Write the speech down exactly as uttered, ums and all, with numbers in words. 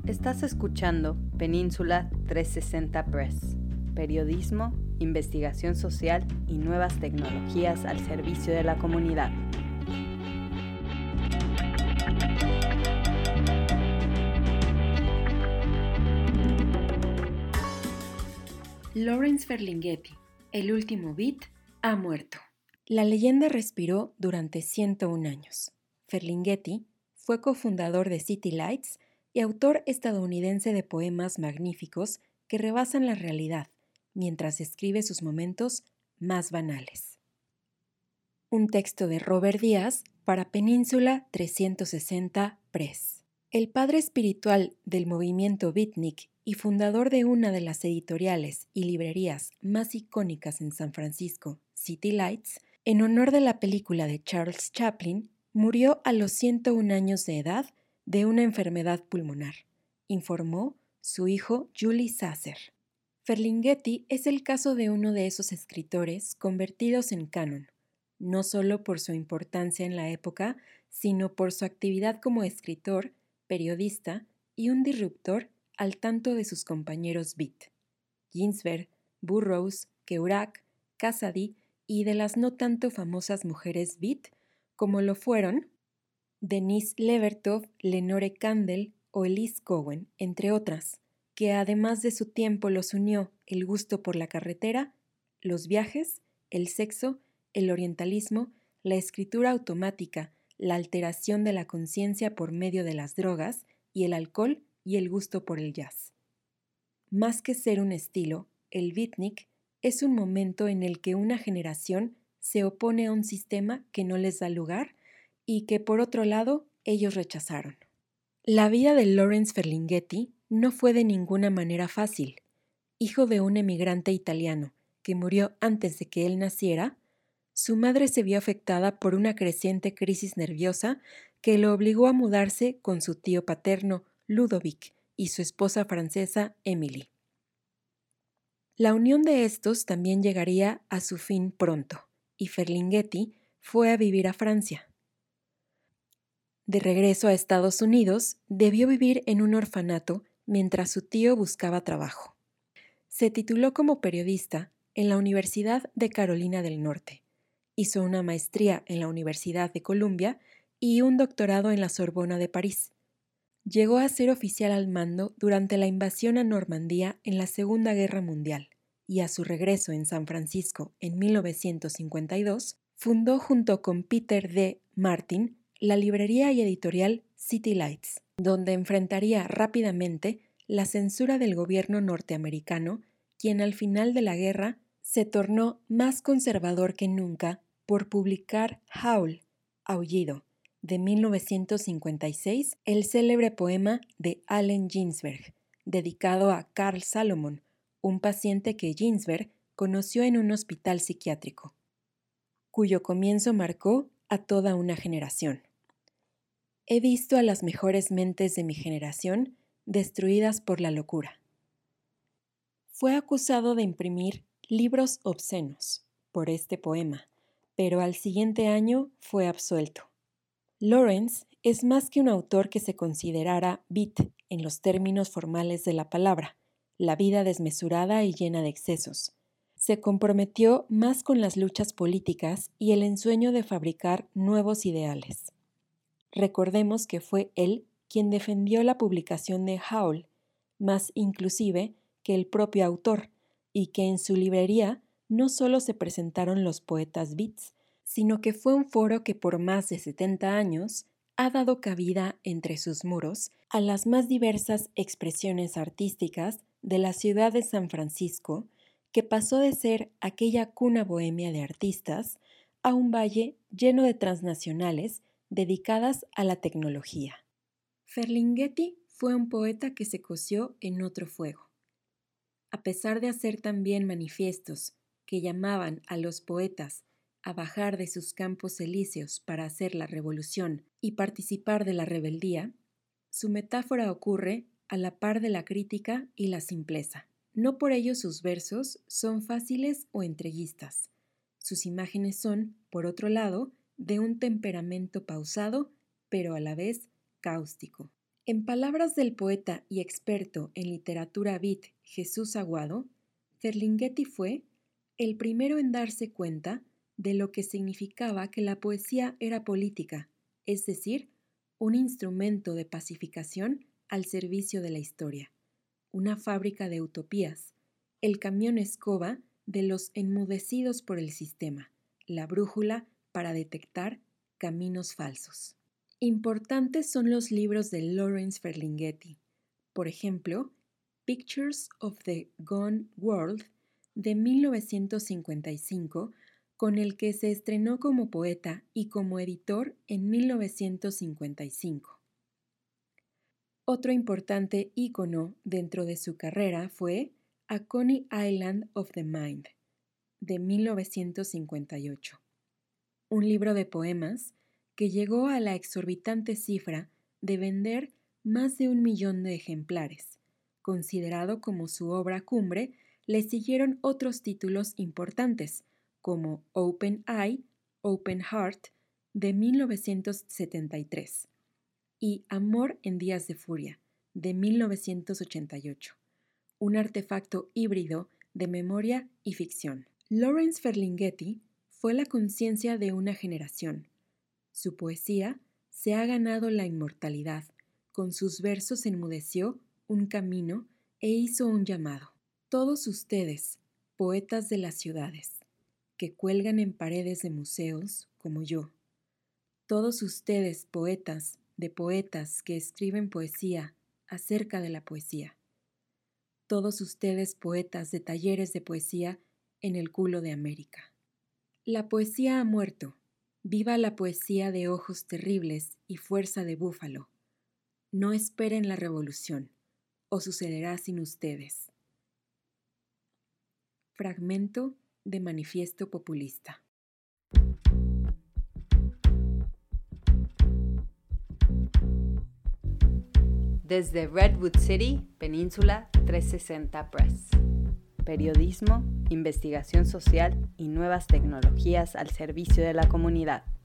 Estás escuchando Península trescientos sesenta Press, periodismo, investigación social y nuevas tecnologías al servicio de la comunidad. Lawrence Ferlinghetti, el último beat, ha muerto. La leyenda respiró durante ciento un años. Ferlinghetti fue cofundador de City Lights y autor estadounidense de poemas magníficos que rebasan la realidad, mientras escribe sus momentos más banales. Un texto de Robert Díaz para Península trescientos sesenta Press. El padre espiritual del movimiento beatnik y fundador de una de las editoriales y librerías más icónicas en San Francisco, City Lights, en honor de la película de Charles Chaplin, murió a los ciento un años de edad de una enfermedad pulmonar, informó su hijo Julie Sasser. Ferlinghetti es el caso de uno de esos escritores convertidos en canon, no solo por su importancia en la época, sino por su actividad como escritor, periodista y un disruptor al tanto de sus compañeros beat, Ginsberg, Burroughs, Kerouac, Cassady y de las no tanto famosas mujeres beat, como lo fueron Denise Levertov, Lenore Kandel o Elise Cohen, entre otras, que además de su tiempo los unió el gusto por la carretera, los viajes, el sexo, el orientalismo, la escritura automática, la alteración de la conciencia por medio de las drogas y el alcohol y el gusto por el jazz. Más que ser un estilo, el beatnik es un momento en el que una generación se opone a un sistema que no les da lugar y que, por otro lado, ellos rechazaron. La vida de Lawrence Ferlinghetti no fue de ninguna manera fácil. Hijo de un emigrante italiano que murió antes de que él naciera, su madre se vio afectada por una creciente crisis nerviosa que lo obligó a mudarse con su tío paterno, Ludovic, y su esposa francesa, Emily. La unión de estos también llegaría a su fin pronto, y Ferlinghetti fue a vivir a Francia. De regreso a Estados Unidos, debió vivir en un orfanato mientras su tío buscaba trabajo. Se tituló como periodista en la Universidad de Carolina del Norte. Hizo una maestría en la Universidad de Columbia y un doctorado en la Sorbona de París. Llegó a ser oficial al mando durante la invasión a Normandía en la Segunda Guerra Mundial y a su regreso en San Francisco en mil novecientos cincuenta y dos, fundó junto con Peter D. Martin la librería y editorial City Lights, donde enfrentaría rápidamente la censura del gobierno norteamericano, quien al final de la guerra se tornó más conservador que nunca por publicar Howl, Aullido, de mil novecientos cincuenta y seis, el célebre poema de Allen Ginsberg, dedicado a Carl Salomon, un paciente que Ginsberg conoció en un hospital psiquiátrico, cuyo comienzo marcó a toda una generación. He visto a las mejores mentes de mi generación destruidas por la locura. Fue acusado de imprimir libros obscenos por este poema, pero al siguiente año fue absuelto. Lawrence es más que un autor que se considerara beat en los términos formales de la palabra, la vida desmesurada y llena de excesos. Se comprometió más con las luchas políticas y el ensueño de fabricar nuevos ideales. Recordemos que fue él quien defendió la publicación de Howl, más inclusive que el propio autor, y que en su librería no solo se presentaron los poetas beats, sino que fue un foro que por más de setenta años ha dado cabida entre sus muros a las más diversas expresiones artísticas de la ciudad de San Francisco, que pasó de ser aquella cuna bohemia de artistas a un valle lleno de transnacionales dedicadas a la tecnología. Ferlinghetti fue un poeta que se coció en otro fuego. A pesar de hacer también manifiestos que llamaban a los poetas a bajar de sus campos elíseos para hacer la revolución y participar de la rebeldía, su metáfora ocurre a la par de la crítica y la simpleza. No por ello sus versos son fáciles o entreguistas. Sus imágenes son, por otro lado, de un temperamento pausado, pero a la vez cáustico. En palabras del poeta y experto en literatura beat Jesús Aguado, Ferlinghetti fue el primero en darse cuenta de lo que significaba que la poesía era política, es decir, un instrumento de pacificación al servicio de la historia, una fábrica de utopías, el camión escoba de los enmudecidos por el sistema, la brújula para detectar caminos falsos. Importantes son los libros de Lawrence Ferlinghetti, por ejemplo, Pictures of the Gone World de mil novecientos cincuenta y cinco, con el que se estrenó como poeta y como editor en mil novecientos cincuenta y cinco. Otro importante ícono dentro de su carrera fue A Coney Island of the Mind, de mil novecientos cincuenta y ocho, un libro de poemas que llegó a la exorbitante cifra de vender más de un millón de ejemplares. Considerado como su obra cumbre, le siguieron otros títulos importantes, como Open Eye, Open Heart, de mil novecientos setenta y tres, y Amor en días de furia, de mil novecientos ochenta y ocho, un artefacto híbrido de memoria y ficción. Lawrence Ferlinghetti fue la conciencia de una generación. Su poesía se ha ganado la inmortalidad. Con sus versos enmudeció un camino e hizo un llamado. Todos ustedes, poetas de las ciudades, que cuelgan en paredes de museos como yo. Todos ustedes, poetas de poetas que escriben poesía acerca de la poesía. Todos ustedes, poetas de talleres de poesía en el culo de América. La poesía ha muerto. Viva la poesía de ojos terribles y fuerza de búfalo. No esperen la revolución, o sucederá sin ustedes. Fragmento de Manifiesto Populista. Desde Redwood City, Península trescientos sesenta Press. Periodismo, investigación social y nuevas tecnologías al servicio de la comunidad.